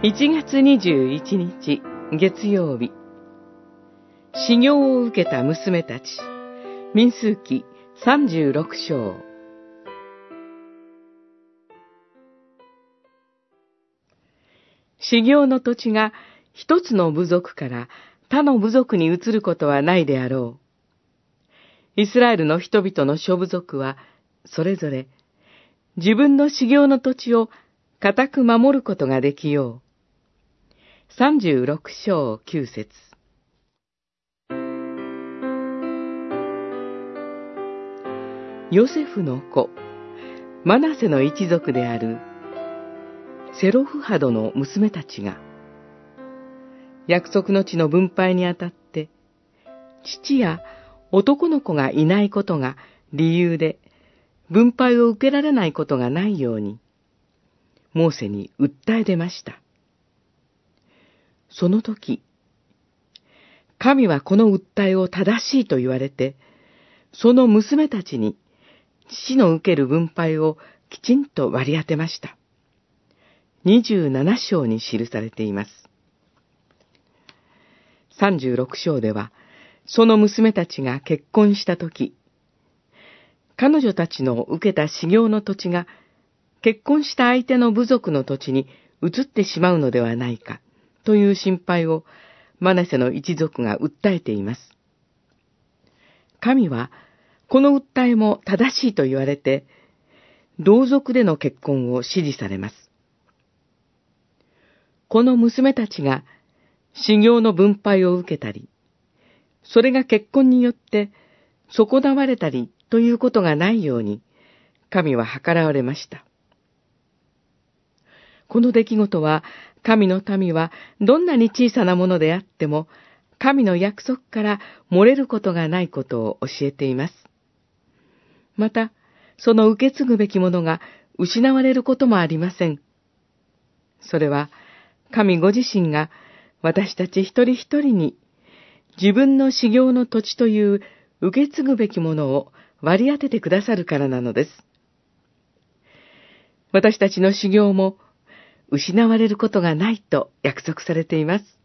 1月21日月曜日、修行を受けた娘たち、民数記36章。修行の土地が一つの部族から他の部族に移ることはないであろう。イスラエルの人々の諸部族は、それぞれ自分の修行の土地を固く守ることができよう。36章9節。ヨセフの子、マナセの一族であるセロフハドの娘たちが、約束の地の分配にあたって、父や男の子がいないことが理由で、分配を受けられないことがないように、モーセに訴え出ました。その時、神はこの訴えを正しいと言われて、その娘たちに父の受ける分配をきちんと割り当てました。27章に記されています。36章では、その娘たちが結婚したとき、彼女たちの受けた修行の土地が、結婚した相手の部族の土地に移ってしまうのではないか、という心配をマナセの一族が訴えています。神は、この訴えも正しいと言われて、同族での結婚を支持されます。この娘たちが修行の分配を受けたり、それが結婚によって損なわれたりということがないように、神は計らわれました。この出来事は、神の民はどんなに小さなものであっても、神の約束から漏れることがないことを教えています。また、その受け継ぐべきものが失われることもありません。それは、神ご自身が私たち一人一人に自分の修行の土地という受け継ぐべきものを割り当ててくださるからなのです。私たちの修行も失われることがないと約束されています。